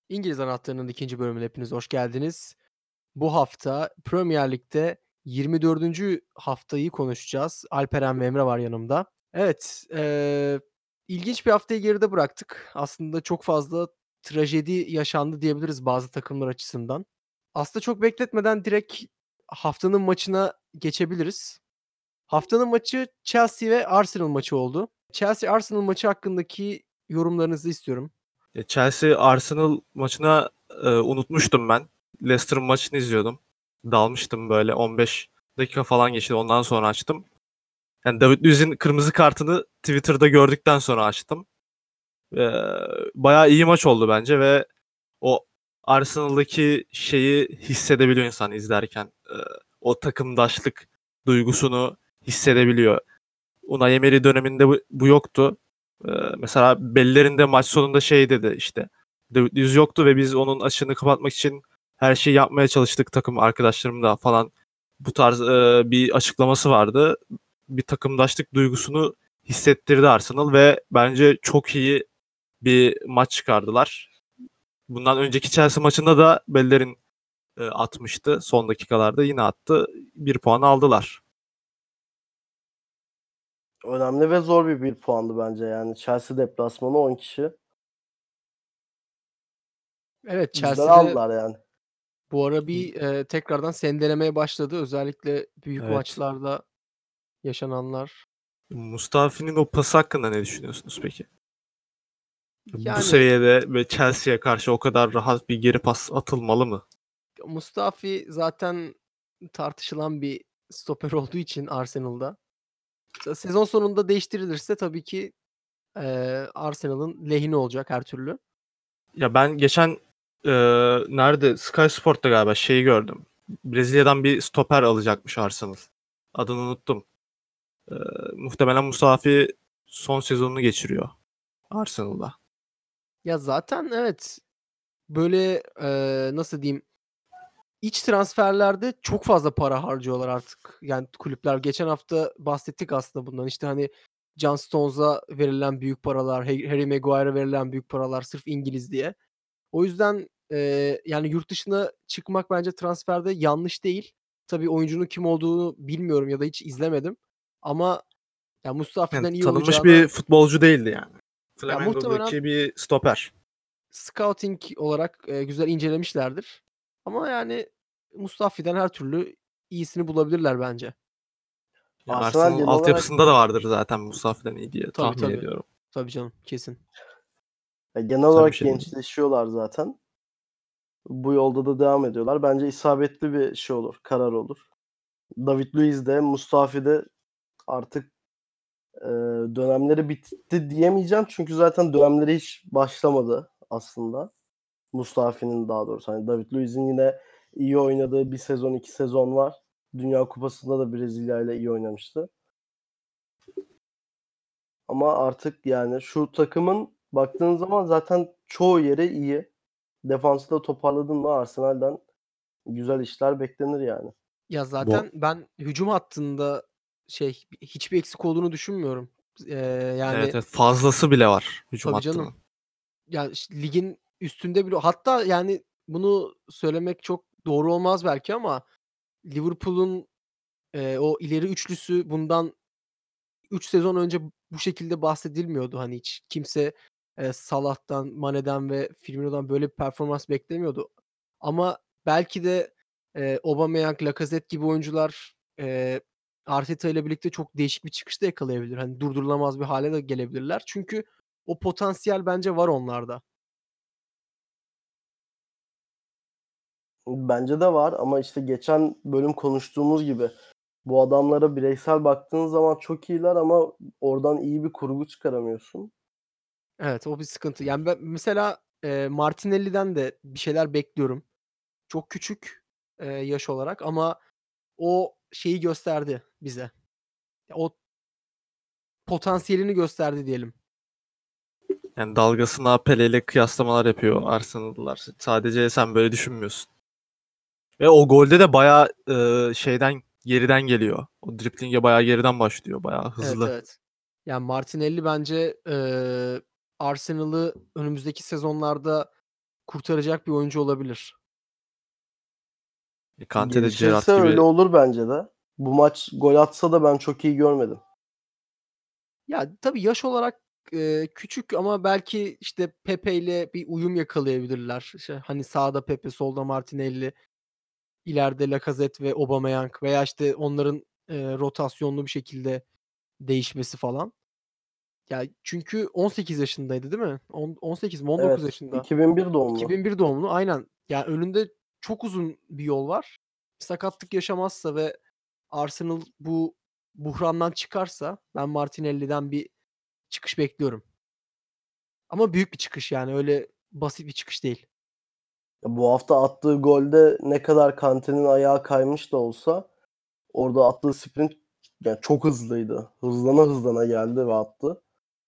İngiliz Anahtarı'nın ikinci bölümüne hepiniz hoş geldiniz. Bu hafta Premier Lig'de 24. haftayı konuşacağız. Alperen ve Emre var yanımda. Evet, ilginç bir haftayı geride bıraktık. Aslında çok fazla trajedi yaşandı diyebiliriz bazı takımlar açısından. Aslında çok bekletmeden direkt haftanın maçına geçebiliriz. Haftanın maçı Chelsea ve Arsenal maçı oldu. Chelsea-Arsenal maçı hakkındaki yorumlarınızı istiyorum. Chelsea Arsenal maçına unutmuştum ben. Leicester'ın maçını izliyordum. Dalmıştım böyle 15 dakika falan geçti. Ondan sonra açtım. Yani David Luiz'in kırmızı kartını Twitter'da gördükten sonra açtım. E, Bayağı iyi maç oldu bence ve o Arsenal'daki şeyi hissedebiliyor insan izlerken. O takımdaşlık duygusunu hissedebiliyor. Unai Emery döneminde bu yoktu. Mesela Beller'in de maç sonunda şey dedi işte. David Luiz yoktu ve biz onun açığını kapatmak için her şeyi yapmaya çalıştık takım arkadaşlarımla falan. Bu tarz bir açıklaması vardı. Bir takımdaşlık duygusunu hissettirdi Arsenal ve bence çok iyi bir maç çıkardılar. Bundan önceki Chelsea maçında da Beller'in atmıştı. Son dakikalarda yine attı. Bir puan aldılar. Önemli ve zor bir puandı bence yani. Chelsea deplasmanı 10 kişi. Evet, Güzel Chelsea'de aldılar yani. bu ara tekrardan sendelemeye başladı. Özellikle büyük Evet. maçlarda yaşananlar. Mustafi'nin o pası hakkında ne düşünüyorsunuz peki? Bu Yani seviyede ve Chelsea'ye karşı o kadar rahat bir geri pas atılmalı mı? Mustafi zaten tartışılan bir stoper olduğu için Arsenal'da. Sezon sonunda değiştirilirse tabii ki, Arsenal'ın lehine olacak her türlü. Ya ben geçen nerede? Sky Sport'ta galiba şeyi gördüm. Brezilya'dan bir stoper alacakmış Arsenal. Adını unuttum. Eee, Muhtemelen Mustafi son sezonunu geçiriyor Arsenal'da. Ya, zaten evet, böyle, nasıl diyeyim, İç transferlerde çok fazla para harcıyorlar artık. Yani kulüpler. Geçen hafta bahsettik aslında bundan. İşte, hani, John Stones'a verilen büyük paralar, Harry Maguire'a verilen büyük paralar sırf İngiliz diye. O yüzden, yani, yurt dışına çıkmak bence transferde yanlış değil. Tabii oyuncunun kim olduğunu bilmiyorum ya da hiç izlemedim ama ya Yani Mustafi'den iyi tanınmış olacağına bir futbolcu değildi yani. ya muhtemelen Flamengo'daki bir stoper. scouting olarak, güzel incelemişlerdir ama yani Mustafi'den her türlü iyisini bulabilirler bence. Ya Arsenal Arsenal genel olarak altyapısında da vardır zaten Mustafi'den iyi diye Tabii, tahmin tabii. ediyorum. Tabii canım, kesin. genel Sen bir olarak şey diyordun. gençleşiyorlar zaten. Bu yolda da devam ediyorlar. Bence isabetli bir şey olur, karar olur. David Luiz de Mustafi de artık dönemleri bitti diyemeyeceğim. Çünkü zaten dönemleri hiç başlamadı aslında. Mustafi'nin daha doğrusu. Hani David Luiz'in yine iyi oynadığı bir sezon, 2 sezon var. Dünya Kupası'nda da Brezilya ile iyi oynamıştı. Ama artık yani şu takımın baktığın zaman zaten çoğu yeri iyi. Defansı da toparladın mı Arsenal'den güzel işler beklenir yani. Ya, Bu zaten ben hücum hattında hiçbir eksik olduğunu düşünmüyorum. evet, Yani evet, fazlası bile var hücum tabii canım. hattının. Ya, ligin üstünde bile hatta yani bunu söylemek çok doğru olmaz belki ama Liverpool'un, o ileri üçlüsü bundan 3 sezon önce bu şekilde bahsedilmiyordu. Hani, hiç kimse, Salah'tan, Mane'den ve Firmino'dan böyle bir performans beklemiyordu. Ama belki de, Aubameyang, Lacazette gibi oyuncular, Arteta ile birlikte çok değişik bir çıkış da yakalayabilir. Hani, durdurulamaz bir hâle de gelebilirler. Çünkü o potansiyel bence var onlarda. Bence de var ama işte geçen bölüm konuştuğumuz gibi bu adamlara bireysel baktığın zaman çok iyiler ama oradan iyi bir kurgu çıkaramıyorsun. Evet, o bir sıkıntı. Yani, ben mesela, Martinelli'den de bir şeyler bekliyorum. Çok küçük, yaş olarak ama o şeyi gösterdi bize. O potansiyelini gösterdi diyelim. Yani dalgasına Pele ile kıyaslamalar yapıyor Arsenal'lılar. Sadece sen böyle düşünmüyorsun. Ve o golde de bayağı şeyden geriden geliyor. O driblinge bayağı geriden başlıyor. Bayağı Evet, hızlı. evet. Yani Martinelli bence, Arsenal'ı önümüzdeki sezonlarda kurtaracak bir oyuncu olabilir. Kante de Gelişirse Gerrard öyle gibi olur bence de. Bu maç gol atsa da ben çok iyi görmedim. Ya, tabii yaş olarak, küçük ama belki, işte, Pepe ile bir uyum yakalayabilirler. İşte, hani, sağda Pepe, solda Martinelli, ileride Lacazette ve Aubameyang veya, işte, onların, rotasyonlu bir şekilde değişmesi falan. Ya, çünkü 18 yaşındaydı, değil mi? 18 mi 19 Evet, yaşında. 2001 doğumlu. 2001 doğumlu, aynen. Ya, önünde çok uzun bir yol var. Sakatlık yaşamazsa ve Arsenal bu buhrandan çıkarsa ben Martinelli'den bir çıkış bekliyorum. Ama büyük bir çıkış yani öyle basit bir çıkış değil. Ya bu hafta attığı golde ne kadar Kante'nin ayağı kaymış da olsa orada attığı sprint yani çok hızlıydı. Hızlana hızlana geldi ve attı.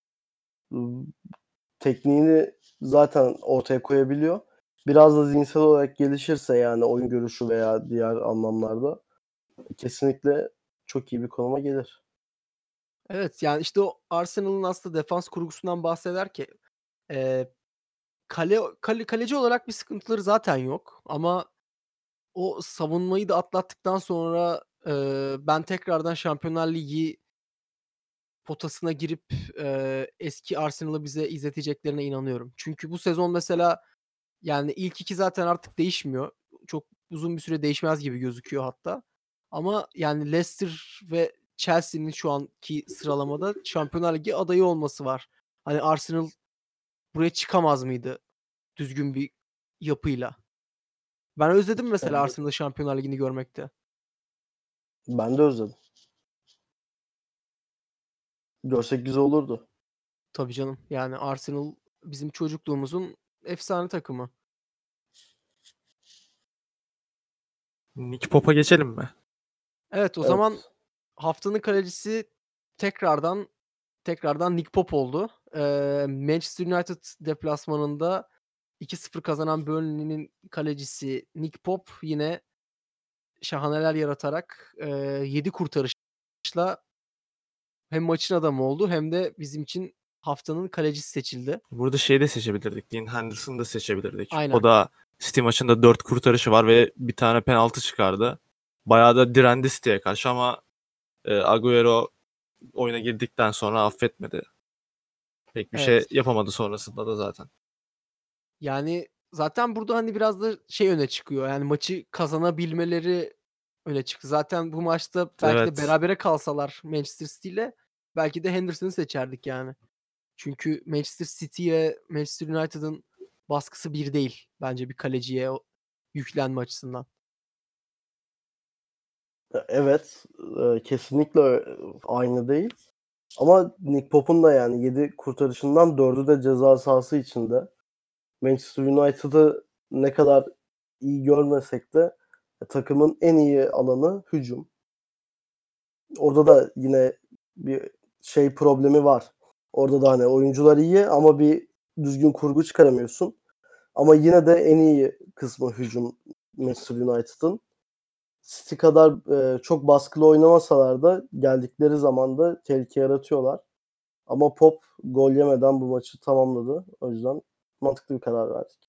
Tekniğini zaten ortaya koyabiliyor. Biraz da zihinsel olarak gelişirse yani oyun görüşü veya diğer anlamlarda kesinlikle çok iyi bir konuma gelir. Evet, yani, işte, o Arsenal'ın aslında defans kurgusundan bahsederken, eee, kaleci olarak bir sıkıntıları zaten yok ama o savunmayı da atlattıktan sonra, ben tekrardan Şampiyonlar Ligi potasına girip, eski Arsenal'ı bize izleteceklerine inanıyorum. Çünkü bu sezon mesela, yani, ilk 2 zaten artık değişmiyor. Çok uzun bir süre değişmez gibi gözüküyor hatta. Ama, yani, Leicester ve Chelsea'nin şu anki sıralamada Şampiyonlar Ligi adayı olması var. Hani, Arsenal buraya çıkamaz mıydı düzgün bir yapıyla? Ben özledim mesela Evet, Arsenal'ı Şampiyonlar Ligi'ni görmekte. ben de özledim. Görsek güzel olurdu. Tabii canım. Yani, Arsenal bizim çocukluğumuzun efsane takımı. Nick Pope'a geçelim mi? Evet, o zaman Evet. haftanın kalecisi tekrardan Nick Pope oldu. Manchester United deplasmanında 2-0 kazanan Burnley'nin kalecisi Nick Pope yine şahaneler yaratarak, 7 kurtarışla hem maçın adamı oldu hem de bizim için haftanın kalecisi seçildi. Burada şeyi de seçebilirdik. Dean Henderson'ı da seçebilirdik. O Aynen. da City maçında 4 kurtarışı var ve bir tane penaltı çıkardı. Bayağı da direndi City'ye karşı ama Agüero oyuna girdikten sonra affetmedi. Pek bir şey Evet. yapamadı sonrasında da zaten. Yani, zaten burada, hani, biraz da şey öne çıkıyor, yani, maçı kazanabilmeleri öne çıktı. Zaten bu maçta belki de Evet. berabere kalsalar Manchester City'yle belki de Henderson'ı seçerdik yani. Çünkü Manchester City ve Manchester United'ın baskısı bir değil bence bir kaleciye yüklenme açısından. Evet, kesinlikle aynı değil. Ama Nick Pope'un da yani 7 kurtarışından 4'ü de ceza sahası içinde. Manchester United'ı ne kadar iyi görmesek de takımın en iyi alanı hücum. Orada da yine bir şey problemi var. Orada da hani oyuncular iyi ama bir düzgün kurgu çıkaramıyorsun. Ama yine de en iyi kısmı hücum Manchester United'ın. City kadar çok baskılı oynamasalar da geldikleri zaman da tehlike yaratıyorlar. Ama Pop gol yemeden bu maçı tamamladı. O yüzden mantıklı bir karar verdik.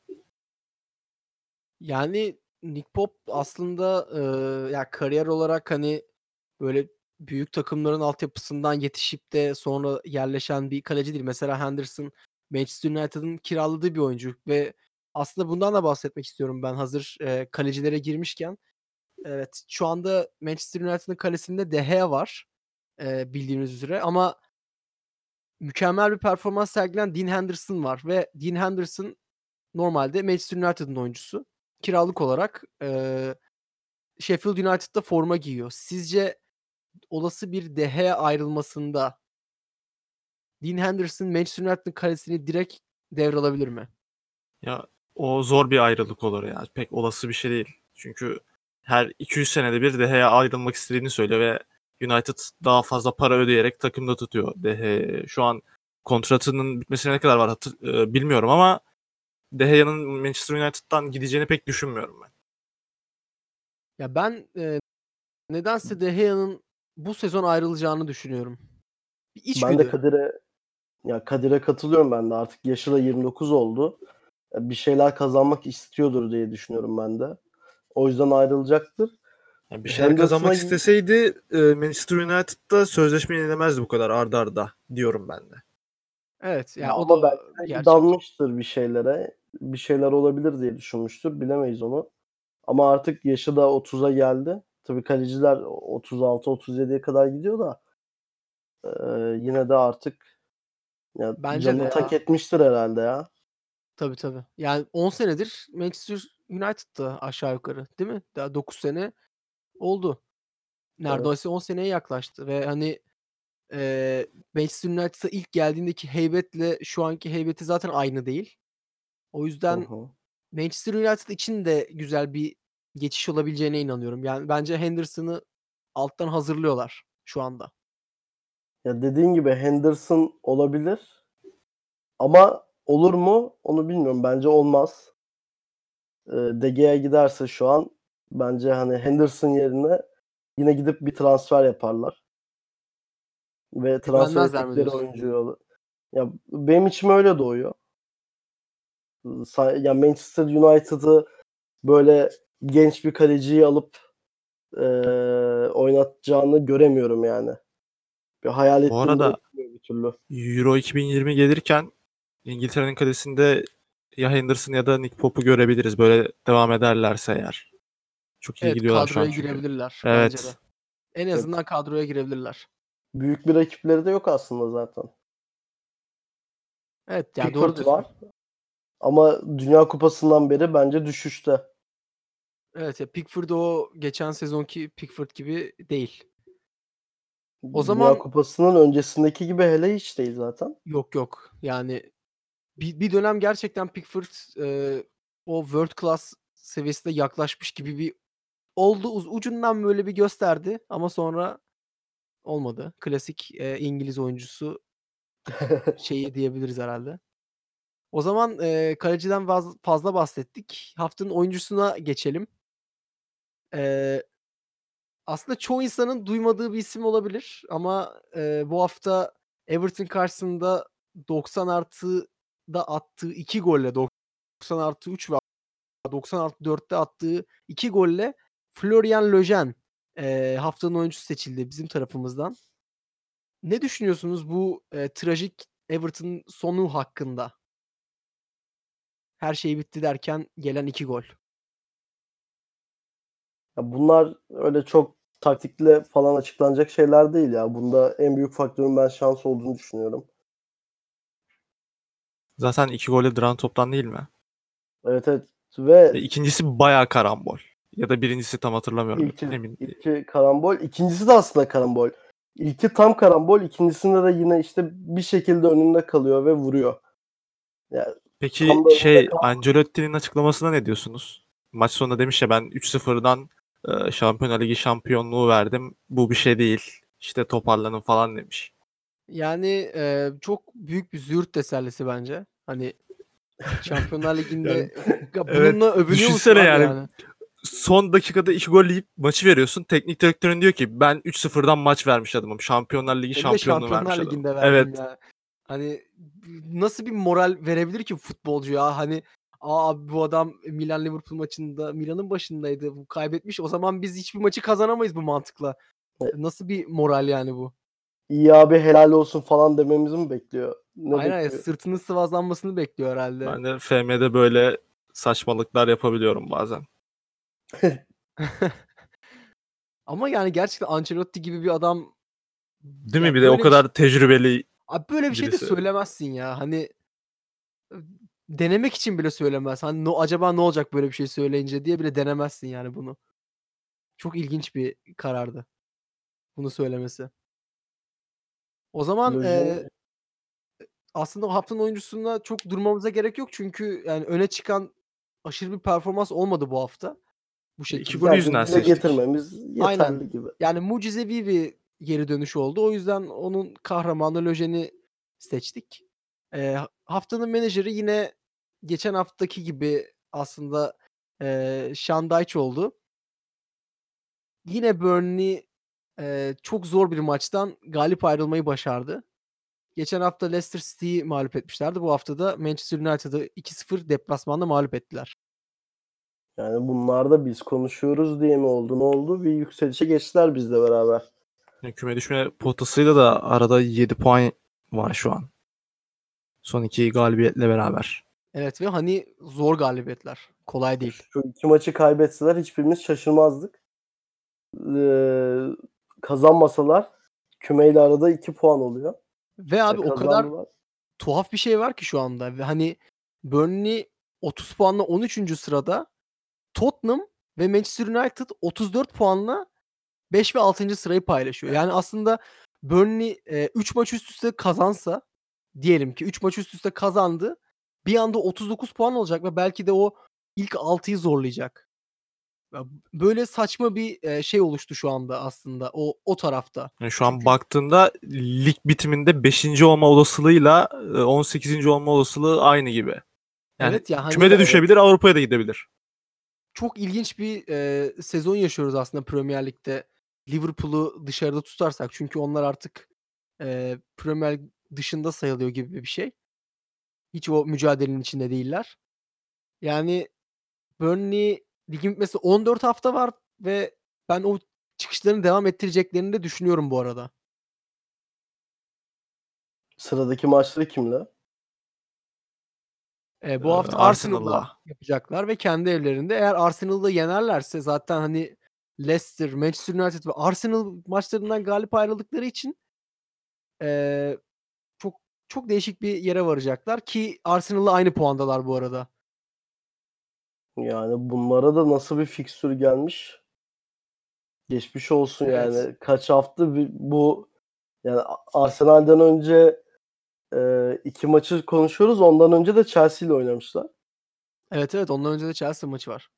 Yani Nick Pope aslında, ya kariyer olarak, hani, böyle büyük takımların altyapısından yetişip de sonra yerleşen bir kaleci değil. Mesela Henderson Manchester United'ın kiraladığı bir oyuncu ve aslında bundan da bahsetmek istiyorum ben hazır, kalecilere girmişken. Evet, şu anda Manchester United'ın kalesinde De Gea var, bildiğiniz üzere ama mükemmel bir performans sergileyen Dean Henderson var ve Dean Henderson normalde Manchester United'ın oyuncusu. Kiralık olarak, Sheffield United'da forma giyiyor. Sizce olası bir De Gea ayrılmasında Dean Henderson Manchester United'ın kalesini direkt devralabilir mi? Ya o zor bir ayrılık olur ya. Pek olası bir şey değil. Çünkü her 200 senede bir De Gea ayrılmak istediğini söylüyor ve United daha fazla para ödeyerek takımda tutuyor De Gea'yı. Şu an kontratının bitmesine ne kadar var bilmiyorum ama De Gea'nın Manchester United'dan gideceğini pek düşünmüyorum ben. Ya ben, nedense De Gea'nın bu sezon ayrılacağını düşünüyorum. Bir Ben de içgüdü. Kadir'e katılıyorum ben de. Artık yaşı da 29 oldu. bir şeyler kazanmak istiyordur diye düşünüyorum ben de. O yüzden ayrılacaktır. Yani bir şeyler Henderson'a kazanmak isteseydi Manchester United'da sözleşme yenilemezdi bu kadar arda arda diyorum ben de. Evet, ya yani o ama da belki de gerçek. dalmıştır bir şeylere. Bir şeyler olabilir diye düşünmüştür. Bilemeyiz onu. Ama artık yaşı da 30'a geldi. Tabii kaleciler 36-37'ye kadar gidiyor da yine de artık ya Bence de canını tak ya. etmiştir herhalde ya. Tabii. Yani 10 senedir Manchester United'da aşağı yukarı, değil mi? Daha 9 sene oldu. Evet. Neredeyse 10 seneye yaklaştı ve hani Manchester United'a ilk geldiğindeki heybetle şu anki heybeti zaten aynı değil. O Hı yüzden hı. Manchester United için de güzel bir geçiş olabileceğine inanıyorum. Yani bence Henderson'ı alttan hazırlıyorlar şu anda. Ya dediğin gibi Henderson olabilir ama olur mu onu bilmiyorum. Bence olmaz. De Gea giderse şu an bence hani Henderson yerine yine gidip bir transfer yaparlar. Ve transfer Güvenmezler mi ettikleri diyorsun? oyuncuyu alır. Ya benim içime öyle doğuyor. Ya Manchester United'ı böyle genç bir kaleciyi alıp oynatacağını göremiyorum yani. Bir hayal Bu ettiğimde arada olmuyor bir türlü. Euro 2020 gelirken İngiltere'nin kalesinde ya Henderson ya da Nick Pope'u görebiliriz böyle devam ederlerse eğer. Çok iyi Evet, gidiyorlar şu an kadroya çünkü. girebilirler bence de. Evet. En Ya, azından kadroya girebilirler. büyük bir rakipleri de yok aslında zaten. Evet, yani doğru Pickford diyorsun. var ama Dünya Kupası'ndan beri bence düşüşte. Evet ya, Pickford o geçen sezonki Pickford gibi değil. O Dünya zaman Kupası'nın öncesindeki gibi hele hiç değil zaten. yok. Yani bir dönem gerçekten Pickford o world class seviyesine yaklaşmış gibi bir oldu. Ucundan böyle bir gösterdi ama sonra olmadı. Klasik İngiliz oyuncusu şeyi diyebiliriz herhalde. O zaman kaleciden fazla bahsettik. Haftanın oyuncusuna geçelim. Eee, Aslında çoğu insanın duymadığı bir isim olabilir ama bu hafta Everton karşısında 90+'da attığı 2 golle 90+3 ve 90+4'te attığı 2 golle Florian Lejeune haftanın oyuncusu seçildi bizim tarafımızdan. Ne düşünüyorsunuz bu trajik Everton sonu hakkında? Her şey bitti derken gelen 2 gol. Ya bunlar öyle çok taktikle falan açıklanacak şeyler değil ya. Bunda en büyük faktörün ben şans olduğunu düşünüyorum. Zaten 2 gole duran toptan değil mi? Evet. Ve İkincisi bayağı karambol. Ya da birincisi tam hatırlamıyorum. ilki, Emin değil. ilki karambol. İkincisi de aslında karambol. İlki tam karambol. İkincisinde de yine işte bir şekilde önünde kalıyor ve vuruyor. Ya Peki tam da önünde Ancelotti'nin açıklamasına ne diyorsunuz? Maç sonunda demiş ya ben 3-0'dan Şampiyonlar Ligi şampiyonluğu verdim. Bu bir şey değil. İşte toparlanın falan demiş. Yani çok büyük bir züğürt tesellisi bence. Hani Şampiyonlar Yani Ligi'nde ya evet, bununla övünüyor musun düşünsene abi yani yani? son dakikada 2 gol yiyip maçı veriyorsun. Teknik direktörün diyor ki ben 3-0'dan maç vermiş adamım. Şampiyonlar Ligi Hem de şampiyonluğu Şampiyonlar vermiş adamım. Ligi'nde verdim Evet. ya. Hani nasıl bir moral verebilir ki futbolcu ya? Hani abi bu adam Milan Liverpool maçında Milan'ın başındaydı. Bu kaybetmiş. O zaman biz hiçbir maçı kazanamayız bu mantıkla. Nasıl bir moral yani bu? iyi abi helal olsun falan dememizi mi bekliyor? Ne Aynen, bekliyor? sırtının sıvazlanmasını bekliyor herhalde. Ben de FM'de böyle saçmalıklar yapabiliyorum bazen. Ama yani gerçekten Ancelotti gibi bir adam Değil mi? ya Bir de o böyle bir kadar tecrübeli böyle bir şey de birisi. söylemezsin ya. Hani denemek için bile söylemez. Hani acaba ne olacak böyle bir şey söyleyince diye bile denemezsin yani bunu. Çok ilginç bir karardı bunu söylemesi. O zaman Lojin aslında o haftanın oyuncusunda çok durmamıza gerek yok. Çünkü yani öne çıkan aşırı bir performans olmadı bu hafta bu 2 şekilde. golü bence yüzünden dile seçtik. getirmemiz Aynen. yeterli gibi. Yani mucizevi bir geri dönüş oldu. O yüzden onun kahramanı Löjen'i seçtik. Haftanın menajeri yine geçen haftaki gibi aslında Sean Dyche oldu. Yine Burnley çok zor bir maçtan galip ayrılmayı başardı. Geçen hafta Leicester City'yi mağlup etmişlerdi. Bu hafta da Manchester United'ı 2-0 deplasmanda mağlup ettiler. Yani bunlar da biz konuşuyoruz diye mi oldu, ne oldu? Bir yükselişe geçtiler bizle beraber. Yani küme düşme potasıyla da arada 7 puan var şu an. Son 2 galibiyetle beraber. Evet ve hani zor galibiyetler. Kolay değil. Şu 2 maçı kaybetseler hiçbirimiz şaşırmazdık. Kazanmasalar kümeyle arada 2 puan oluyor. Ve abi o kadar Kazandılar. tuhaf bir şey var ki şu anda. Ve hani Burnley 30 puanla 13. sırada. Tottenham ve Manchester United 34 puanla 5 ve 6. sırayı paylaşıyor. Yani aslında Burnley 3 maç üst üste kazansa, diyelim ki 3 maç üst üste kazandı. Bir anda 39 puan olacak ve belki de o ilk 6'yı zorlayacak. Ya böyle saçma bir şey oluştu şu anda aslında o tarafta. Yani şu an Çünkü baktığında lig bitiminde 5. olma olasılığıyla 18. olma olasılığı aynı gibi. Yani evet ya hani küme de düşebilir, Avrupa'ya da gidebilir. çok ilginç bir sezon yaşıyoruz aslında Premier Lig'de. Liverpool'u dışarıda tutarsak çünkü onlar artık Premier Lig dışında sayılıyor gibi bir şey. Hiç o mücadelenin içinde değiller. Yani Burnley ligin bitmesi 14 hafta var ve ben o çıkışlarını devam ettireceklerini de düşünüyorum bu arada. Sıradaki maçları kimle? Bu hafta Arsenal'la Arsenal'la. yapacaklar ve kendi evlerinde. Eğer Arsenal'da yenerlerse zaten hani Leicester, Manchester United ve Arsenal maçlarından galip ayrıldıkları için eee, çok çok değişik bir yere varacaklar ki Arsenal'la aynı puandalar bu arada. Yani bunlara da nasıl bir fikstür gelmiş? Geçmiş olsun Evet. yani. Kaç hafta bu yani Arsenal'den önce 2 maçı konuşuyoruz. Ondan önce de Chelsea ile oynamışlar. Evet, evet. Ondan önce de Chelsea maçı var.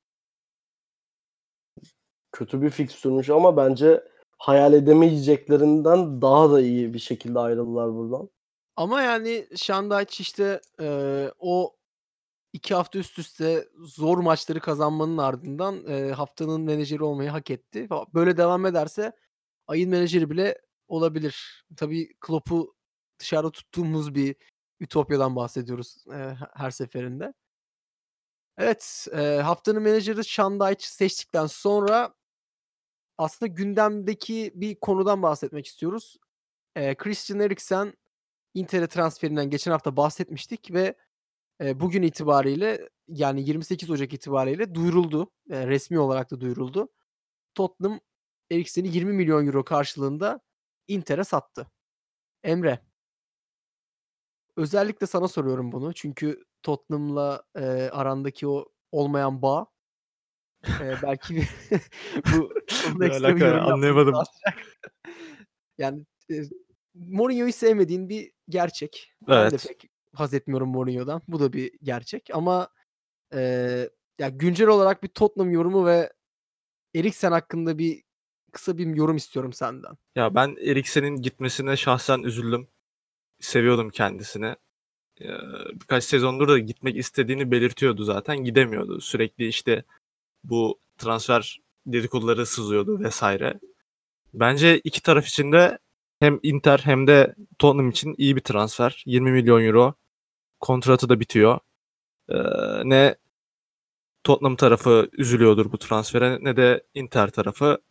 Kötü bir fikstürmüş ama bence hayal edemeyeceklerinden daha da iyi bir şekilde ayrıldılar buradan. Ama yani Şandaç işte o 2 hafta üst üste zor maçları kazanmanın ardından haftanın menajeri olmayı hak etti. Böyle devam ederse ayın menajeri bile olabilir. Tabii Klopp'u dışarıda tuttuğumuz bir ütopyadan bahsediyoruz her seferinde. Evet, haftanın menajeri Şandaç'ı seçtikten sonra aslında gündemdeki bir konudan bahsetmek istiyoruz. Christian Eriksen Inter'e transferinden geçen hafta bahsetmiştik ve bugün itibariyle yani 28 Ocak itibariyle duyuruldu. Resmi olarak da duyuruldu. Tottenham Eriksen'i 20 milyon euro karşılığında Inter'e sattı. Emre, özellikle sana soruyorum bunu. Çünkü Tottenham'la arandaki o olmayan bağ belki bu konuda Ne ekstra bir alaka ya? yorum yapmanı Anlayamadım. sağlayacak. Yani Mourinho'yu sevmediğin bir gerçek. Ben de Evet. pek haz etmiyorum Mourinho'dan. Bu da bir gerçek ama ya güncel olarak bir Tottenham yorumu ve Eriksen hakkında kısa bir yorum istiyorum senden. Ya ben Eriksen'in gitmesine şahsen üzüldüm. Seviyordum kendisini. Birkaç sezondur da gitmek istediğini belirtiyordu zaten. Gidemiyordu. Sürekli işte bu transfer dedikoduları sızıyordu vesaire. Bence iki taraf için de hem Inter hem de Tottenham için iyi bir transfer. 20 milyon euro. Kontratı da bitiyor. Ee, Ne Tottenham tarafı üzülüyordur bu transfere ne de Inter tarafı.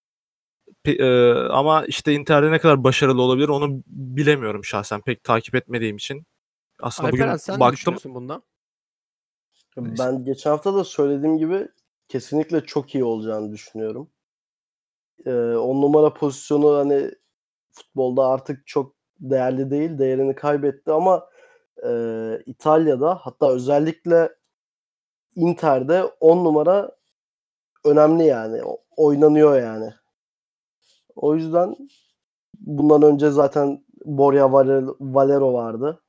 Ama işte Inter'de ne kadar başarılı olabilir onu bilemiyorum şahsen. Pek takip etmediğim için. Aslında Alperen bugün sen ne baktım. düşünüyorsun bundan? Neyse. Ben geçen hafta da söylediğim gibi kesinlikle çok iyi olacağını düşünüyorum. 10 numara pozisyonu hani futbolda artık çok değerli değil. Değerini kaybetti ama İtalya'da hatta özellikle Inter'de 10 numara önemli yani. Oynanıyor yani. O yüzden bundan önce zaten Borja Valero vardı.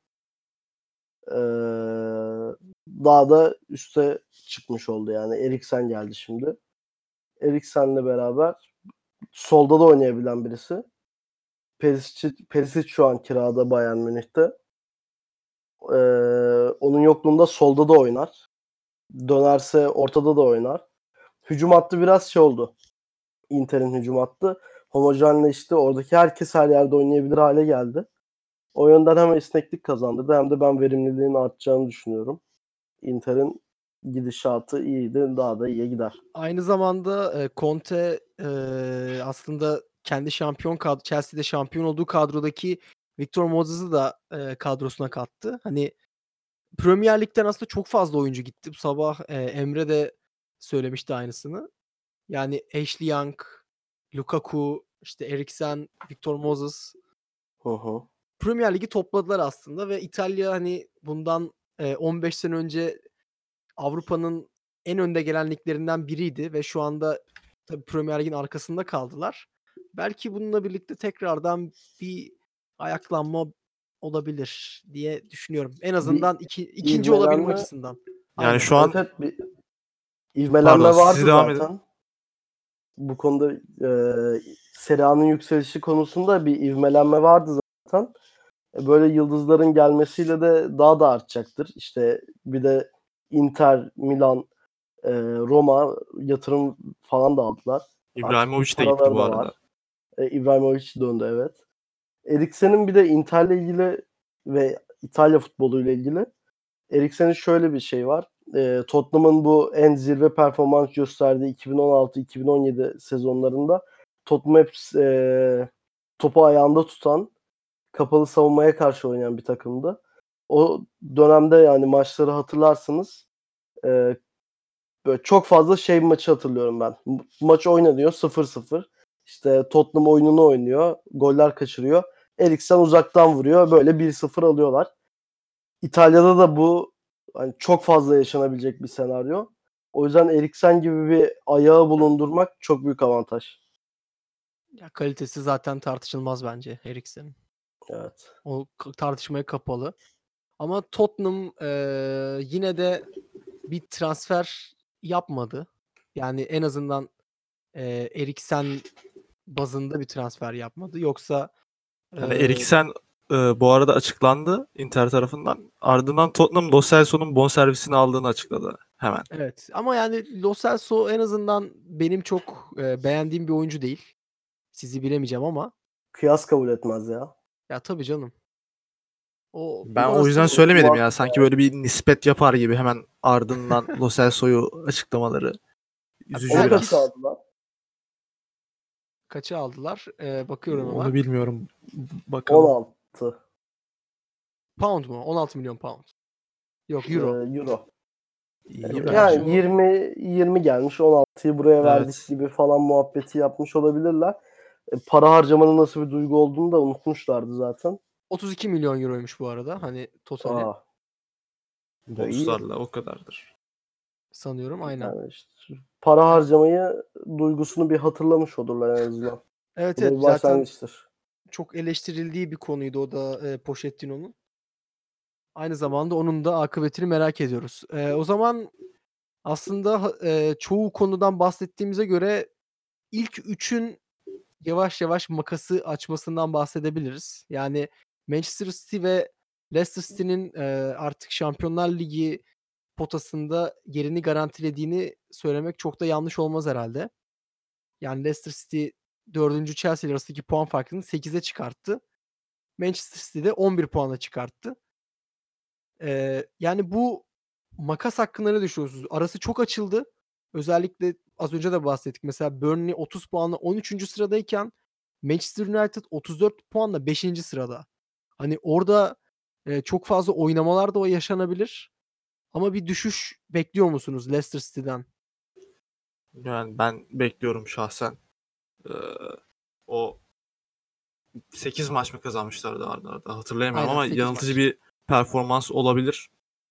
Daha da üste çıkmış oldu yani. Eriksen geldi şimdi. Eriksen'le beraber solda da oynayabilen birisi. Perisic şu an kirada Bayern Münih'te. Onun yokluğunda solda da oynar. Dönerse ortada da oynar. Hücum hattı biraz şey oldu. Inter'in hücum hattı. Homojenleşti. Oradaki herkes her yerde oynayabilir hale geldi. O yönden hem esneklik kazandırdı hem de ben verimliliğin artacağını düşünüyorum. Inter'in gidişatı iyiydi. Daha da iyiye gider. Aynı zamanda, Conte, aslında kendi Chelsea'de şampiyon olduğu kadrodaki Victor Moses'ı da, kadrosuna kattı. Hani, Premier Lig'den aslında çok fazla oyuncu gitti. Bu sabah, Emre de söylemişti aynısını. Yani Ashley Young, Lukaku, işte Eriksen, Victor Moses Hı hı. Premier Lig'i topladılar aslında ve İtalya, hani, bundan, 15 sene önce Avrupa'nın en önde gelen liglerinden biriydi ve şu anda tabii Premier Lig'in arkasında kaldılar. Belki bununla birlikte tekrardan bir ayaklanma olabilir diye düşünüyorum. En Bir azından ikinci olabilme ivmelenme açısından. Yani Aynen. şu evet, an evet, bir pardon ivmelenme siz vardı devam edin. zaten. Bu konuda Serie A'nın yükselişi konusunda bir ivmelenme vardı zaten. Böyle yıldızların gelmesiyle de daha da artacaktır. İşte bir de Inter, Milan, Roma yatırım falan da aldılar. Artık bir İbrahimovic de gitti paraları bu da arada. var. İbrahimovic döndü, evet. Eriksen'in bir de Inter'le ilgili ve İtalya futboluyla ilgili Eriksen'in şöyle bir şey var. Tottenham'ın bu en zirve performans gösterdiği 2016-2017 sezonlarında Tottenham hep topu ayağında tutan, kapalı savunmaya karşı oynayan bir takımdı. O dönemde yani maçları hatırlarsınız. E, Böyle çok fazla maçı hatırlıyorum ben. Maç oynanıyor 0-0. İşte Tottenham oyununu oynuyor. Goller kaçırıyor. Eriksen uzaktan vuruyor. Böyle 1-0 alıyorlar. İtalya'da da bu hani çok fazla yaşanabilecek bir senaryo. O yüzden Eriksen gibi bir ayağı bulundurmak çok büyük avantaj. Ya, kalitesi zaten tartışılmaz bence Eriksen'in. Evet. O tartışmaya kapalı. Ama Tottenham, yine de bir transfer yapmadı. Yani en azından, Eriksen bazında bir transfer yapmadı. Yoksa, Yani eee Eriksen bu arada açıklandı Inter tarafından. Ardından Tottenham Lo Celso'nun bonservisini aldığını açıkladı hemen. evet ama yani Lo Celso en azından benim çok, beğendiğim bir oyuncu değil. Sizi bilemeyeceğim ama Kıyas kabul etmez ya. ya tabii canım. Ben o yüzden Orası söylemedim ya. Muhakkak. Sanki böyle bir nispet yapar gibi hemen ardından Lo Celso'yu açıklamaları. Üzücü Onu belki kaça biraz. aldılar? kaça aldılar? Bakıyorum Onu hemen. bilmiyorum. Bakalım. 16 Pound mu? 16 milyon pound. Yok, euro. euro. İyi Gerçi bence. Yani o 20 gelmiş, 16'yı buraya verdik Evet. gibi falan muhabbeti yapmış olabilirler. Para harcamanın nasıl bir duygu olduğunu da unutmuşlardı zaten. 32 milyon euroymuş bu arada. Hani totali Aa, iyi. Bonuslarla o kadardır. sanıyorum. Aynen. Yani işte para Ya, harcamayı duygusunu bir hatırlamış olurlar en azından. evet, Bu da evet. bir Zaten başlangıçtır. çok eleştirildiği bir konuydu o da, Pochettino'nun. Aynı zamanda onun da akıbetini merak ediyoruz. O zaman aslında çoğu konudan bahsettiğimize göre ilk 3'ün yavaş yavaş makası açmasından bahsedebiliriz. Yani Manchester City ve Leicester City'nin, artık Şampiyonlar Ligi potasında yerini garantilediğini söylemek çok da yanlış olmaz herhâlde. Yani Leicester City 4. Chelsea ile arasındaki puan farkını 8'e çıkarttı. Manchester City de 11 puana çıkarttı. Yani bu makas hakkında ne düşünüyorsunuz? Arası çok açıldı. Özellikle az önce de bahsettik. Mesela Burnley 30 puanla 13. sıradayken Manchester United 34 puanla 5. sırada. Hani orada, çok fazla oynamalar da yaşanabilir ama bir düşüş bekliyor musunuz Leicester City'den? Yani ben bekliyorum şahsen. Ee, o 8 maç mı kazanmışlardı arda arda hatırlayamıyorum Aynen ama 8 yanıltıcı maç. bir performans olabilir.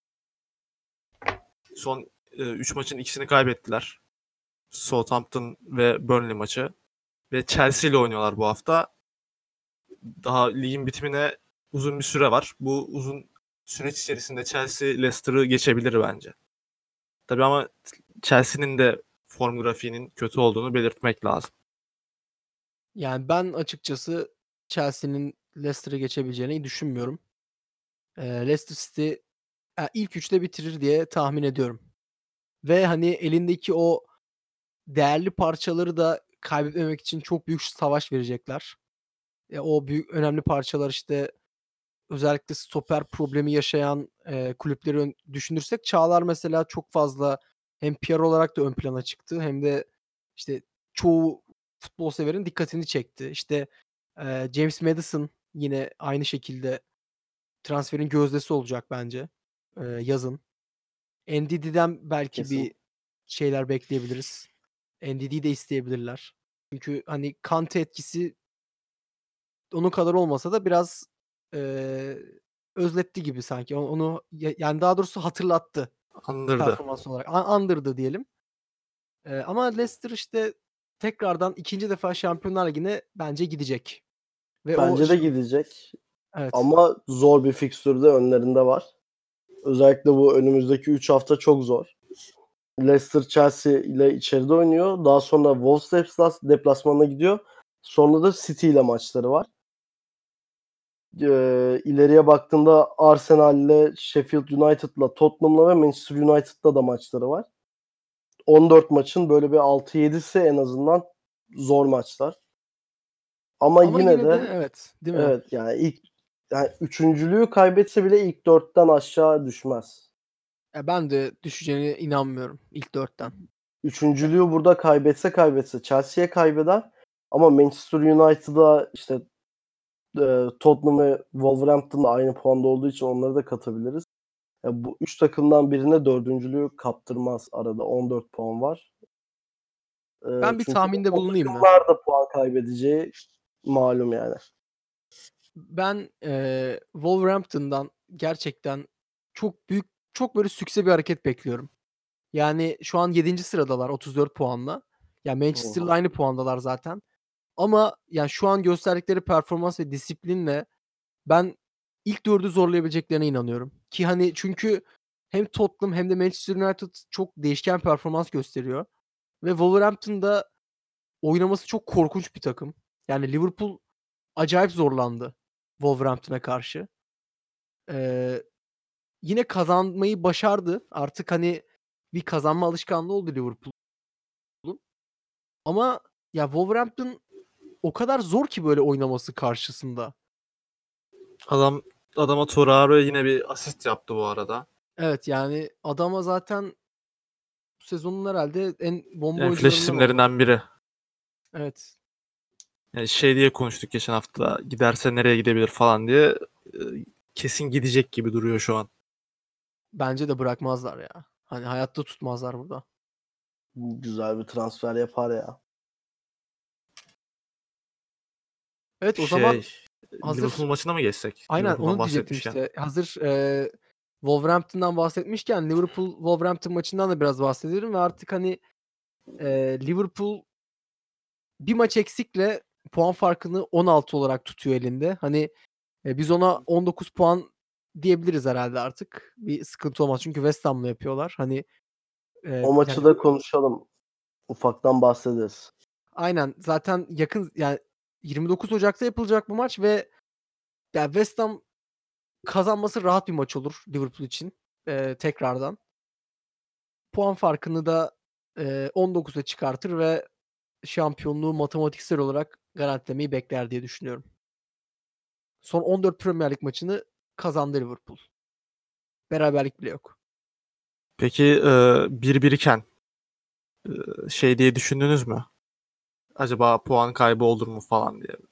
Son 3 maçın ikisini kaybettiler. Southampton ve Burnley maçı. Ve Chelsea ile oynuyorlar bu hafta. Daha ligin bitimine uzun bir süre var. Bu uzun süreç içerisinde Chelsea Leicester'ı geçebilir bence. Tabii ama Chelsea'nin de form grafiğinin kötü olduğunu belirtmek lazım. Yani ben açıkçası Chelsea'nin Leicester'ı geçebileceğini düşünmüyorum. Leicester City, ilk 3'te bitirir diye tahmin ediyorum ve, hani, elindeki o değerli parçaları da kaybetmemek için çok büyük savaş verecekler. O büyük önemli parçalar, işte, özellikle stoper problemi yaşayan kulüpleri düşünürsek Çağlar mesela çok fazla hem PR olarak da ön plana çıktı hem de işte çoğu futbol severin dikkatini çekti. İşte James Maddison yine aynı şekilde transferin gözdesi olacak bence yazın. Ndidi'den belki Kesin. bir şeyler bekleyebiliriz. Ndidi'yi de isteyebilirler. Çünkü hani Kante etkisi onun kadar olmasa da biraz özletti gibi sanki. Onu yani daha doğrusu hatırlattı Andırdı. performans olarak. Andırdı diyelim. Ama Leicester işte tekrardan ikinci defa Şampiyonlar Ligi'ne bence gidecek. Ve Bence de gidecek. evet. Ama zor bir fikstür de önlerinde var. Özellikle bu önümüzdeki 3 hafta çok zor. Leicester Chelsea ile içeride oynuyor. Daha sonra Wolves deplasmanına gidiyor. Sonra da City ile maçları var. İleriye baktığında Arsenal ile Sheffield United'la Tottenham'la ve Manchester United'la da maçları var. 14 maçın böyle bir 6-7'si en azından zor maçlar. Ama Ama yine yine de de evet, değil mi? evet yani üçüncülüğü kaybetse bile ilk 4'ten aşağı düşmez. Ben de düşeceğine inanmıyorum ilk 4'ten. Üçüncülüğü burada kaybetse Chelsea'ye kaybeder. Ama Manchester United'a işte Tottenham ve Wolverhampton'la aynı puanda olduğu için onları da katabiliriz. Bu 3 takımdan birine dördüncülüğü kaptırmaz arada. 14 puan var. Ben bir Çünkü tahminde o bulunayım mı? takımlar da puan kaybedeceği malum yani. Ben Wolverhampton'dan gerçekten çok böyle sükse bir hareket bekliyorum. Yani şu an 7. sıradalar 34 puanla. Ya Manchester'la aynı puandalar zaten. Ama yani şu an gösterdikleri performans ve disiplinle ben ilk 4'ü zorlayabileceklerine inanıyorum. Ki hani çünkü hem Tottenham hem de Manchester United çok değişken performans gösteriyor. Ve Wolverhampton'da oynaması çok korkunç bir takım. Yani Liverpool acayip zorlandı Wolverhampton'a karşı. Eee, Yine kazanmayı başardı. Artık hani bir kazanma alışkanlığı oldu Liverpool'un. Ama ya Wolverhampton o kadar zor ki böyle oynaması karşısında. Adama Torreira yine bir asist yaptı bu arada. Evet yani adama zaten bu sezonun herhalde en bomba Yani flash oyuncularından oldu. isimlerinden biri. Evet. Yani şey diye konuştuk geçen hafta, giderse nereye gidebilir falan diye. Kesin gidecek gibi duruyor şu an. Bence de bırakmazlar ya. Hani hayatta tutmazlar burada. Güzel bir transfer yapar ya. Evet o zaman hazır Liverpool maçına mı geçsek? aynen Liverpool'dan onu diyecektim bahsetmişken. işte. Hazır Wolverhampton'dan bahsetmişken Liverpool Wolverhampton maçından da biraz bahsedelim ve artık hani Liverpool bir maç eksikle puan farkını 16 olarak tutuyor elinde. Hani biz ona 19 puan diyebiliriz herhalde artık. Bir sıkıntı olmaz. Çünkü West Ham'la yapıyorlar. Hani O maçı yani da konuşalım. Ufaktan bahsederiz. aynen zaten yakın yani 29 Ocak'ta yapılacak bu maç ve yani West Ham kazanması rahat bir maç olur Liverpool için tekrardan. Puan farkını da 19'a çıkartır ve şampiyonluğu matematiksel olarak garantilemeyi bekler diye düşünüyorum. Son 14 Premier Lig maçını kazandı Liverpool. Beraberlik bile yok. Peki 1-1 iken şey diye düşündünüz mü? Acaba puan kaybı olur mu falan diye.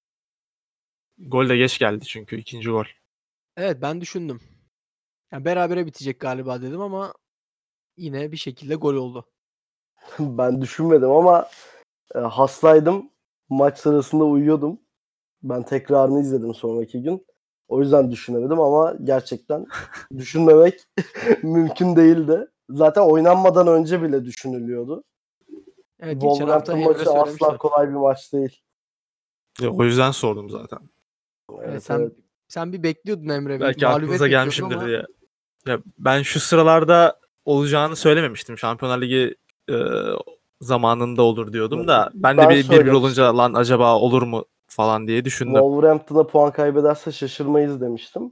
Gol de geç geldi çünkü ikinci gol. Evet ben düşündüm. Yani berabere bitecek galiba dedim ama yine bir şekilde gol oldu. Ben düşünmedim ama hastaydım. Maç sırasında uyuyordum. Ben tekrarını izledim sonraki gün. O yüzden düşünemedim ama gerçekten düşünmemek mümkün değildi. Zaten oynanmadan önce bile düşünülüyordu. Evet geçen hafta Wolverhampton Emre maçı asla söylemişti. kolay bir maç değil. O yüzden sordum zaten. Evet, Evet, evet. sen bir bekliyordun Emre, bir Belki aklınıza mağlubiyet bekliyordun gelmişimdir ama diye. Ya ben şu sıralarda olacağını söylememiştim. Şampiyonlar Ligi e, zamanında olur diyordum da ben de Ben bir 1-1 söylemiştim. olunca lan acaba olur mu falan diye düşündüm. Wolverhampton'a puan kaybederse şaşırmayız demiştim.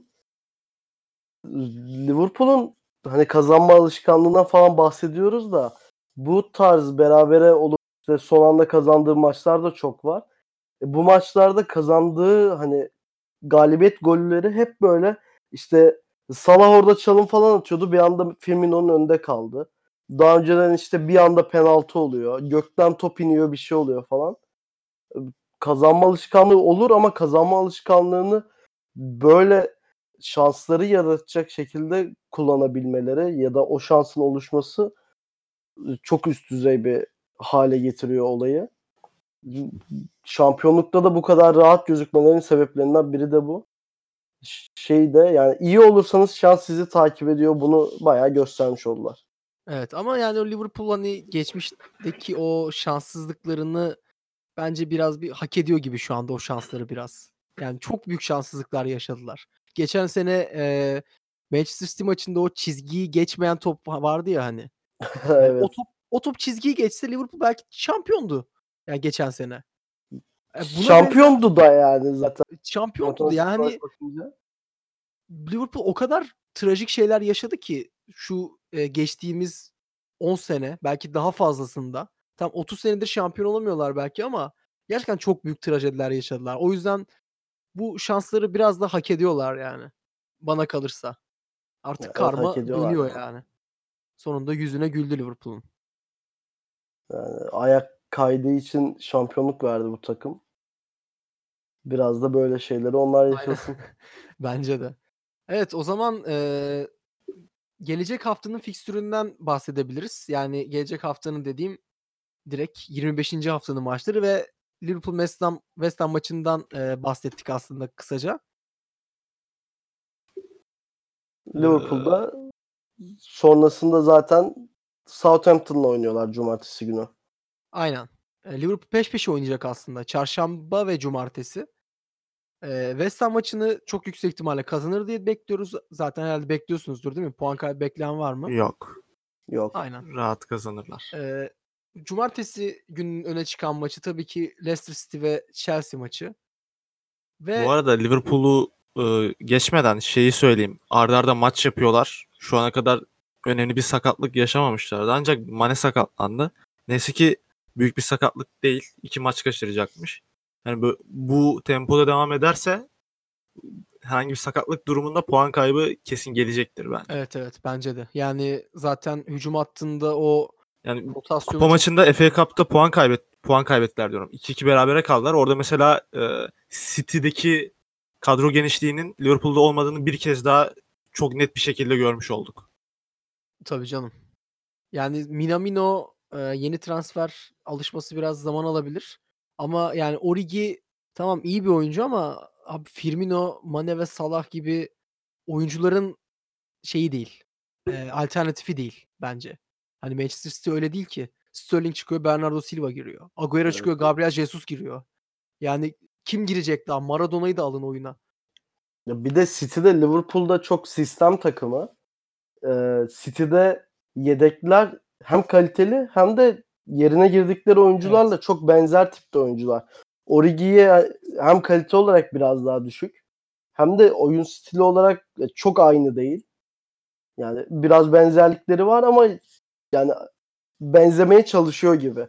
Liverpool'un hani kazanma alışkanlığından falan bahsediyoruz da bu tarz berabere olup işte son anda kazandığı maçlar da çok var. Bu maçlarda kazandığı hani galibiyet golleri hep böyle işte Salah orada çalım falan atıyordu. Bir anda Firmino'nun önünde kaldı. Daha önceden işte bir anda penaltı oluyor. Gökten top iniyor, bir şey oluyor falan. Kazanma alışkanlığı olur ama kazanma alışkanlığını böyle şansları yaratacak şekilde kullanabilmeleri ya da o şansın oluşması çok üst düzey bir hale getiriyor olayı. Şampiyonlukta da bu kadar rahat gözükmelerinin sebeplerinden biri de bu. Şeyde yani iyi olursanız şans sizi takip ediyor. Bunu bayağı göstermiş oldular. Evet ama yani o Liverpool hani geçmişteki o şanssızlıklarını bence biraz bir hak ediyor gibi şu anda o şansları biraz. Yani çok büyük şanssızlıklar yaşadılar. Geçen sene Manchester City maçında o çizgiyi geçmeyen top vardı ya hani. Yani Evet. o top çizgiyi geçse Liverpool belki şampiyondu. Yani geçen sene. Buna benzer Şampiyondu da yani zaten. şampiyondu da Matematik yani olarak bakınca. Liverpool o kadar trajik şeyler yaşadı ki şu geçtiğimiz 10 sene belki daha fazlasında. Tam 30 senedir şampiyon olamıyorlar belki ama gerçekten çok büyük trajediler yaşadılar. O yüzden bu şansları biraz da hak ediyorlar yani bana kalırsa. Artık Evet, hak karma ediyorlar dönüyor ya. yani. Sonunda yüzüne güldü Liverpool'un. Yani ayak kaydığı için şampiyonluk verdi bu takım. Biraz da böyle şeyleri onlar Aynen. yaşasın. Bence de. Evet, o zaman, gelecek haftanın fikstüründen bahsedebiliriz. Yani gelecek haftanın dediğim direkt 25. haftanın maçları ve Liverpool West Ham maçından, bahsettik aslında kısaca. Eee Liverpool'da sonrasında zaten Southampton'la oynuyorlar cumartesi günü. Aynen. Liverpool peş peşe oynayacak aslında. Çarşamba ve cumartesi. West Ham maçını çok yüksek ihtimalle kazanır diye bekliyoruz. Zaten herhâlde bekliyorsunuzdur, değil mi? Puan kaybı bekleyen var mı? Yok. Yok. Aynen. Rahat kazanırlar. Cumartesi gününün öne çıkan maçı tabii ki Leicester City ve Chelsea maçı Bu ve arada Liverpool'u geçmeden şeyi söyleyeyim. Arda arda maç yapıyorlar. Şu ana kadar önemli bir sakatlık yaşamamışlardı. Ancak Mane sakatlandı. Neyse ki büyük bir sakatlık değil. 2 maç kaçıracakmış. Yani bu tempoda devam ederse herhangi bir sakatlık durumunda puan kaybı kesin gelecektir bence. evet, evet, bence de. Yani zaten hücum hattında o Yani rotasyonu kupa çok maçında FA Cup'ta puan kaybettiler diyorum. 2-2 berabere kaldılar. Orada mesela City'deki kadro genişliğinin Liverpool'da olmadığını bir kez daha çok net bir şekilde görmüş olduk. tabii canım. Yani Minamino, yeni transfer alışması biraz zaman alabilir ama yani Origi tamam iyi bir oyuncu ama abi Firmino, Mane ve Salah gibi oyuncuların şeyi değil, alternatifi değil bence. Hani Manchester City öyle değil ki. Sterling çıkıyor, Bernardo Silva giriyor. Agüero Evet. çıkıyor, Gabriel Jesus giriyor. Yani kim girecek daha? Maradona'yı da alın oyuna. Ya bir de City'de Liverpool'da çok sistem takımı. City'de yedekler hem kaliteli hem de yerine girdikleri Evet. oyuncularla çok benzer tipte oyuncular. Origi'ye hem kalite olarak biraz daha düşük hem de oyun stili olarak çok aynı değil. Yani biraz benzerlikleri var ama yani benzemeye çalışıyor gibi.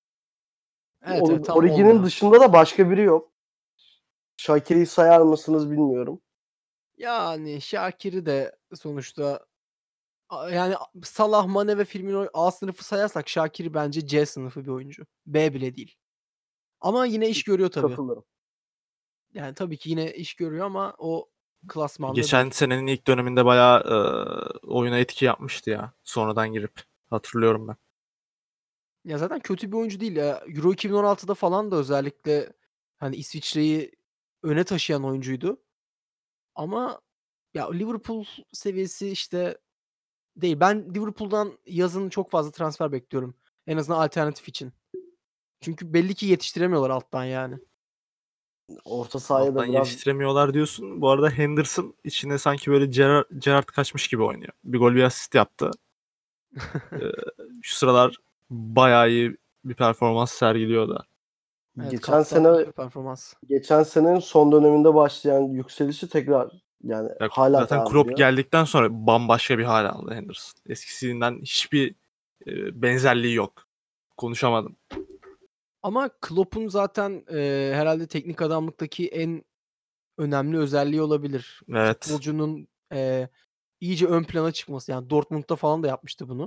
Evet, evet, tam Origi'nin olmuyor. dışında da başka biri yok. Shaqiri'yi sayar mısınız bilmiyorum. Yani Şakir'i de sonuçta yani Salah, Mane ve Firmino A sınıfı sayarsak Şakir bence C sınıfı bir oyuncu. B bile değil. Ama yine iş görüyor tabii. Katılırım. Yani tabii ki yine iş görüyor ama o klasmanda Geçen değil. senenin ilk döneminde bayağı oyuna etki yapmıştı ya. Sonradan girip. Hatırlıyorum ben. Ya zaten kötü bir oyuncu değil ya. Euro 2016'da falan da özellikle hani İsviçre'yi öne taşıyan oyuncuydu. Ama ya Liverpool seviyesi işte değil. Ben Liverpool'dan yazın çok fazla transfer bekliyorum. En azından alternatif için. Çünkü belli ki yetiştiremiyorlar alttan yani. Orta sahaya Alttan da biraz yetiştiremiyorlar diyorsun. Bu arada Henderson içine sanki böyle Gerrard kaçmış gibi oynuyor. Bir gol bir asist yaptı. Eee, Şu sıralar bayağı iyi bir performans sergiliyor da. Evet, geçen kaptan iyi sene bir performans. geçen senenin son döneminde başlayan yükselişi tekrar yani Ya hala zaten devam Klopp ediyor. geldikten sonra bambaşka bir hal aldı Henderson. Eskisinden hiçbir benzerliği yok. Konuşamadım. Ama Klopp'un zaten, herhâlde teknik adamlıktaki en önemli özelliği olabilir. Evet. Futbolcunun iyice ön plana çıkması. Yani Dortmund'da falan da yapmıştı bunu.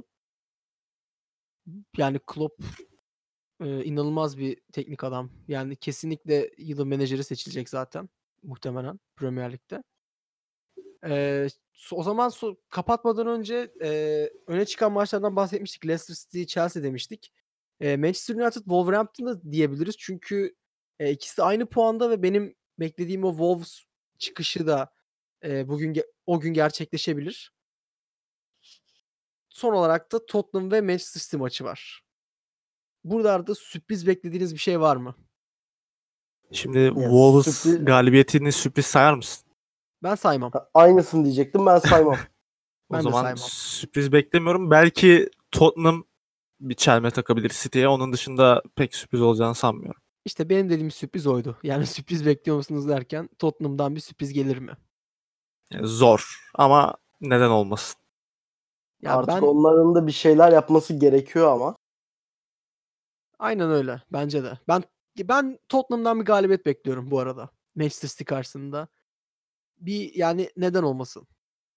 Yani Klopp inanılmaz bir teknik adam. Yani kesinlikle yılın menajeri seçilecek zaten muhtemelen Premier Lig'de. O zaman kapatmadan önce öne çıkan maçlardan bahsetmiştik. Leicester City, Chelsea demiştik. Manchester United, Wolverhampton'da diyebiliriz. Çünkü ikisi de aynı puanda ve benim beklediğim o Wolves çıkışı da o gün gerçekleşebilir. Son olarak da Tottenham ve Manchester City maçı var. Buralarda sürpriz beklediğiniz bir şey var mı? Şimdi Wolves galibiyetini sürpriz sayar mısın? Ben saymam. Aynısını diyecektim, ben saymam. O Ben de zaman saymam. sürpriz beklemiyorum. Belki Tottenham bir çelme takabilir City'ye. Onun dışında pek sürpriz olacağını sanmıyorum. İşte benim dediğim sürpriz oydu. Yani sürpriz bekliyor musunuz derken Tottenham'dan bir sürpriz gelir mi? Yani zor ama neden olmasın? Ya Artık onların da bir şeyler yapması gerekiyor ama. Aynen öyle. Bence de. Ben Tottenham'dan bir galibiyet bekliyorum bu arada. Manchester City karşısında. Yani neden olmasın?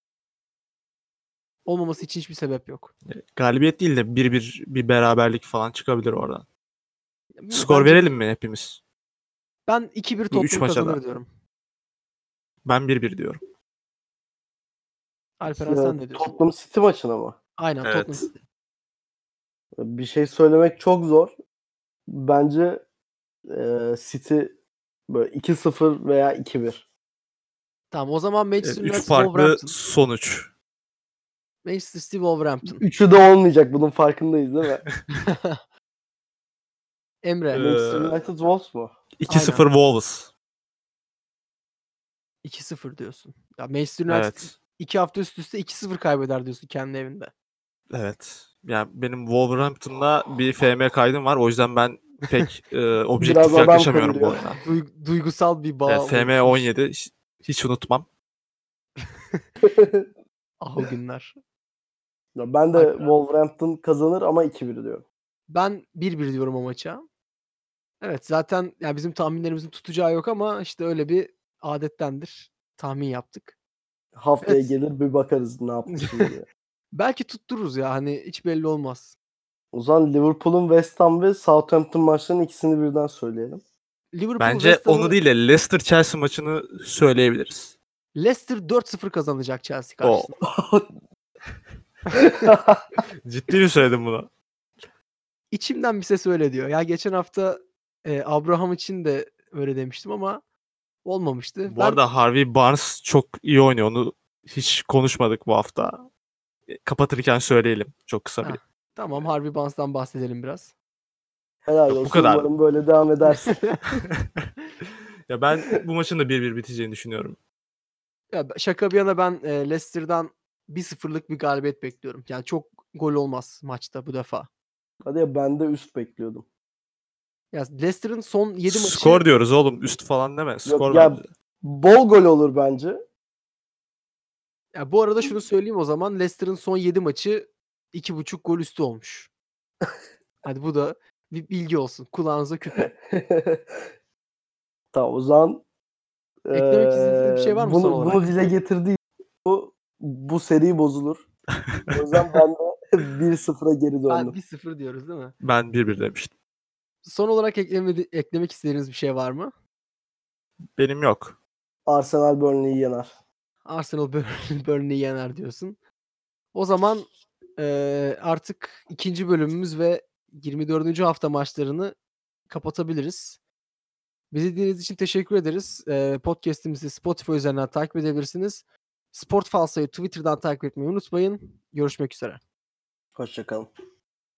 Olmaması için hiçbir sebep yok. Galibiyet değil de 1-1 bir beraberlik falan çıkabilir oradan. Skor Bence verelim mi hepimiz? Ben 2-1 Bu üç Tottenham maça kazanır da. diyorum. Ben 1-1 diyorum. Alperen sen ne diyorsun? Tottenham City maçına mı? Aynen Evet. Tottenham City. Bir şey söylemek çok zor. Bence City böyle 2-0 veya 2-1. Tamam o zaman Manchester 3 United farklı Wolverhampton. sonuç. Manchester City Wolverhampton. Üçü de olmayacak. Bunun farkındayız değil mi? Emre. Manchester United Wolves mu? 2-0 Aynen. Wolves. 2-0 diyorsun. Ya Manchester United Evet. 2 hafta üst üste 2-0 kaybeder diyorsun kendi evinde. Evet. Yani benim Wolverhampton'da bir FM kaydım var. O yüzden ben pek objektif Biraz adam yaklaşamıyorum bu kırılıyor. oyuna. Duygusal bir bağ Evet, oluşmuş. FM 17 hiç unutmam. Ah o günler. Ben de Alperen. Wolverhampton kazanır ama 2-1 diyorum. Ben 1-1 diyorum o maça. Evet zaten yani bizim tahminlerimizin tutacağı yok ama işte öyle bir adettendir. Tahmin yaptık. Haftaya Evet. gelir bir bakarız ne yapmışız diye. Belki tuttururuz ya hani hiç belli olmaz. O zaman Liverpool'un West Ham ve Southampton maçlarının ikisini birden söyleyelim. Liverpool Bence West Ham'ı onu değil de Leicester Chelsea maçını söyleyebiliriz. Leicester 4-0 kazanacak Chelsea O. karşısında. Ciddi mi söyledim bunu? İçimden bir ses öyle diyor. Ya geçen hafta Abraham için de öyle demiştim ama olmamıştı. Bu arada Harvey Barnes çok iyi oynuyor. Onu hiç konuşmadık bu hafta. Kapatırken söyleyelim. Çok kısa bir. Tamam Harvey Barnes'tan bahsedelim biraz. Helal Yok, bu olsun. kadar. Umarım böyle devam edersin. Ya ben bu maçın da 1-1 biteceğini düşünüyorum. Ya şaka bir yana ben Leicester'dan 1-0'lık bir galibiyet bekliyorum. Yani çok gol olmaz maçta bu defa. Hadi ya, ben de üst bekliyordum. Ya Leicester'ın son 7 maçı Skor diyoruz oğlum. Üst falan deme. Skor ya, bence. bol gol olur bence. Ya bu arada şunu söyleyeyim o zaman. Leicester'ın son 7 maçı 2.5 gol üstü olmuş. Hadi bu da bir bilgi olsun. Kulağınıza küpe. Tamam o zaman Eklemek istediğiniz bir şey var mı son olarak? bunu dile getirdiği bu seri bozulur. O yüzden ben de 1-0'a geri Ben döndüm. 1-0 diyoruz değil mi? Ben 1-1 demiştim. Son olarak eklemek istediğiniz bir şey var mı? Benim yok. Arsenal Burnley'i yener. Arsenal Burnley'i yener diyorsun. O zaman artık ikinci bölümümüz ve 24. hafta maçlarını kapatabiliriz. Bizi dinlediğiniz için teşekkür ederiz. Podcast'imizi Spotify üzerinden takip edebilirsiniz. Sport Falso'yu Twitter'dan takip etmeyi unutmayın. Görüşmek üzere. Hoşça kalın.